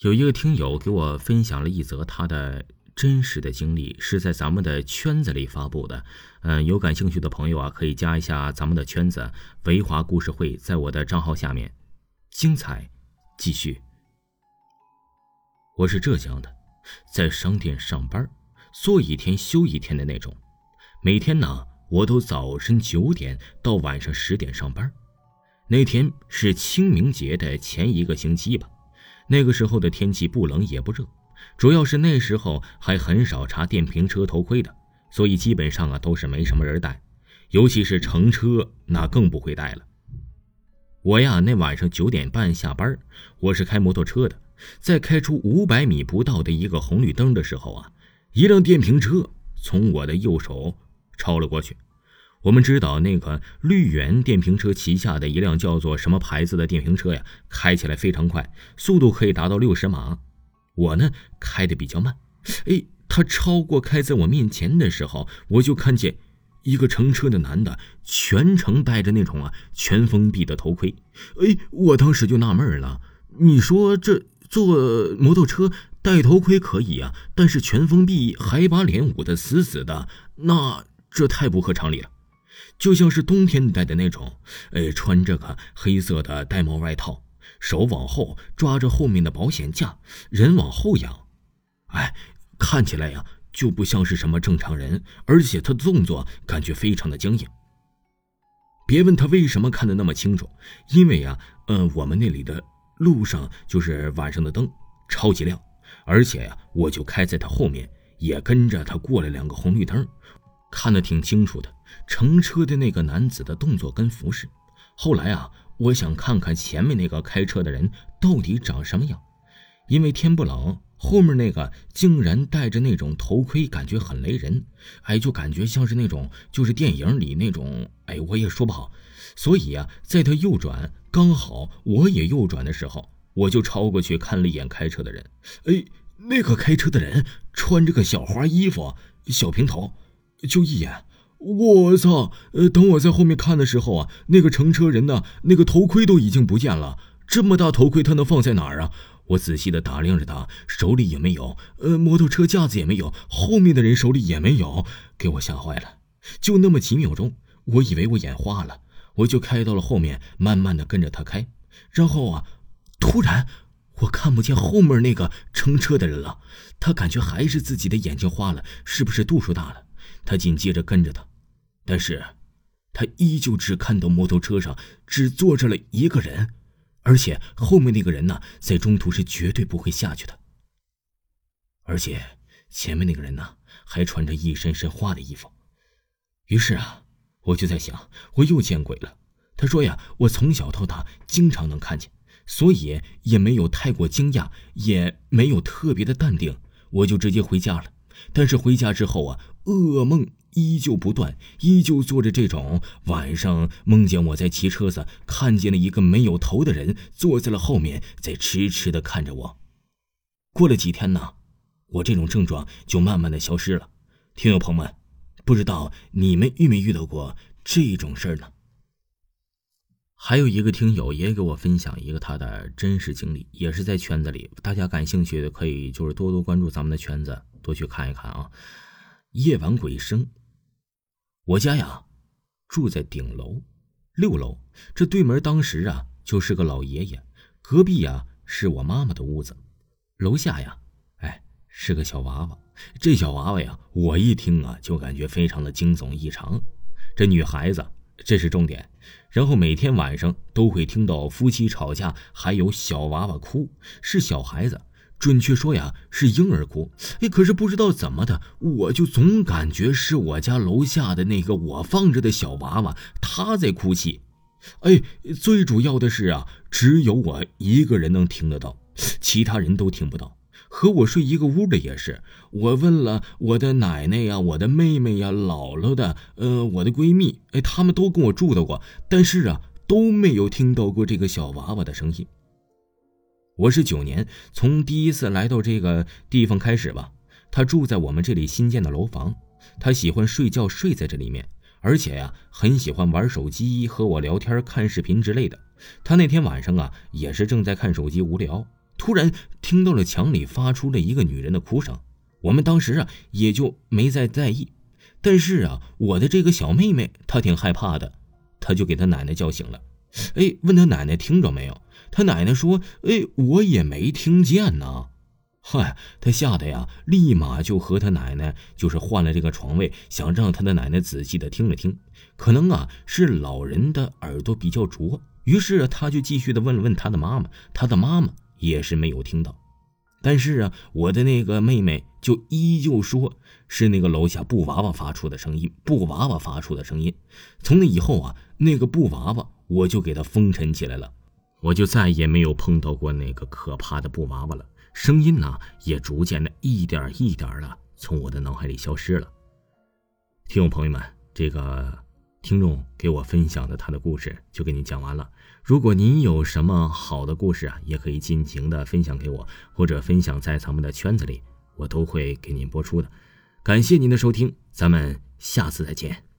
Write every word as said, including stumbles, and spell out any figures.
有一个听友给我分享了一则他的真实的经历，是在咱们的圈子里发布的。嗯，有感兴趣的朋友啊，可以加一下咱们的圈子维华故事会，在我的账号下面。精彩继续。我是浙江的，在商店上班，做一天休一天的那种。每天呢，我都早晨九点到晚上十点上班。那天是清明节的前一个星期吧。那个时候的天气不冷也不热，主要是那时候还很少查电瓶车头盔的，所以基本上啊都是没什么人戴，尤其是乘车那更不会戴了。我呀那晚上九点半下班，我是开摩托车的，在开出五百米不到的一个红绿灯的时候啊，一辆电瓶车从我的右手超了过去。我们知道那个绿源电瓶车旗下的一辆叫做什么牌子的电瓶车呀，开起来非常快，速度可以达到六十码。我呢开得比较慢，哎，他超过开在我面前的时候，我就看见一个乘车的男的全程戴着那种啊全封闭的头盔。哎，我当时就纳闷了，你说这坐摩托车戴头盔可以啊，但是全封闭还把脸捂得死死的，那这太不合常理了。就像是冬天戴的那种，哎，穿着个黑色的带毛外套，手往后抓着后面的保险架，人往后仰，哎，看起来呀就不像是什么正常人，而且他的动作感觉非常的僵硬。别问他为什么看得那么清楚，因为呀，呃，我们那里的路上就是晚上的灯超级亮，而且呀，我就开在他后面，也跟着他过了两个红绿灯，看得挺清楚的，乘车的那个男子的动作跟服饰。后来啊，我想看看前面那个开车的人到底长什么样，因为天不冷，后面那个竟然戴着那种头盔，感觉很雷人，哎，就感觉像是那种就是电影里那种，哎，我也说不好。所以啊，在他右转，刚好我也右转的时候，我就超过去看了一眼开车的人。哎，那个开车的人穿着个小花衣服，小平头，就一眼，我操！呃，等我在后面看的时候啊，那个乘车人呢，那个头盔都已经不见了。这么大头盔，他能放在哪儿啊？我仔细的打量着他，手里也没有，呃，摩托车架子也没有，后面的人手里也没有，给我吓坏了。就那么几秒钟，我以为我眼花了，我就开到了后面，慢慢的跟着他开。然后啊，突然我看不见后面那个乘车的人了，他感觉还是自己的眼睛花了，是不是度数大了？他紧接着跟着他，但是他依旧只看到摩托车上只坐着了一个人，而且后面那个人呢，在中途是绝对不会下去的。而且前面那个人呢，还穿着一身身花的衣服。于是啊，我就在想，我又见鬼了。他说呀，我从小到大经常能看见，所以也没有太过惊讶，也没有特别的淡定，我就直接回家了。但是回家之后啊，噩梦依旧不断，依旧做着这种晚上梦见我在骑车子，看见了一个没有头的人坐在了后面，在痴痴地看着我。过了几天呢，我这种症状就慢慢的消失了。听友朋友们，不知道你们遇没遇到过这种事儿呢？还有一个听友也给我分享一个他的真实经历，也是在圈子里，大家感兴趣的可以就是多多关注咱们的圈子，多去看一看啊。夜晚鬼声，我家呀住在顶楼六楼，这对门当时啊就是个老爷爷，隔壁呀是我妈妈的屋子，楼下呀哎是个小娃娃。这小娃娃呀，我一听啊就感觉非常的惊悚异常。这女孩子，这是重点。然后每天晚上都会听到夫妻吵架，还有小娃娃哭，是小孩子，准确说呀是婴儿哭。哎，可是不知道怎么的，我就总感觉是我家楼下的那个我放着的小娃娃他在哭泣。哎，最主要的是啊，只有我一个人能听得到，其他人都听不到。和我睡一个屋的也是，我问了我的奶奶呀、我的妹妹呀、姥姥的，呃，我的闺蜜，哎，他们都跟我住到过，但是啊，都没有听到过这个小娃娃的声音。我是九年，从第一次来到这个地方开始吧，他住在我们这里新建的楼房，他喜欢睡觉睡在这里面，而且呀，很喜欢玩手机和我聊天、看视频之类的。他那天晚上啊，也是正在看手机无聊。 突然听到了墙里发出了一个女人的哭声，我们当时啊也就没再在意。但是啊，我的这个小妹妹她挺害怕的，她就给她奶奶叫醒了。哎，问她奶奶听着没有？她奶奶说：“哎，我也没听见呢。”嗨，她吓得呀，立马就和她奶奶就是换了这个床位，想让她的奶奶仔细的听了听。可能啊是老人的耳朵比较拙，于是他就继续的问了问他的妈妈，他的妈妈也是没有听到。但是啊，我的那个妹妹就依旧说是那个楼下布娃娃发出的声音，布娃娃发出的声音。从那以后啊，那个布娃娃我就给它封尘起来了，我就再也没有碰到过那个可怕的布娃娃了。声音呢，也逐渐的一点一点的从我的脑海里消失了。听众朋友们，这个听众给我分享的他的故事就给您讲完了。如果您有什么好的故事啊，也可以尽情的分享给我，或者分享在咱们的圈子里，我都会给您播出的。感谢您的收听，咱们下次再见。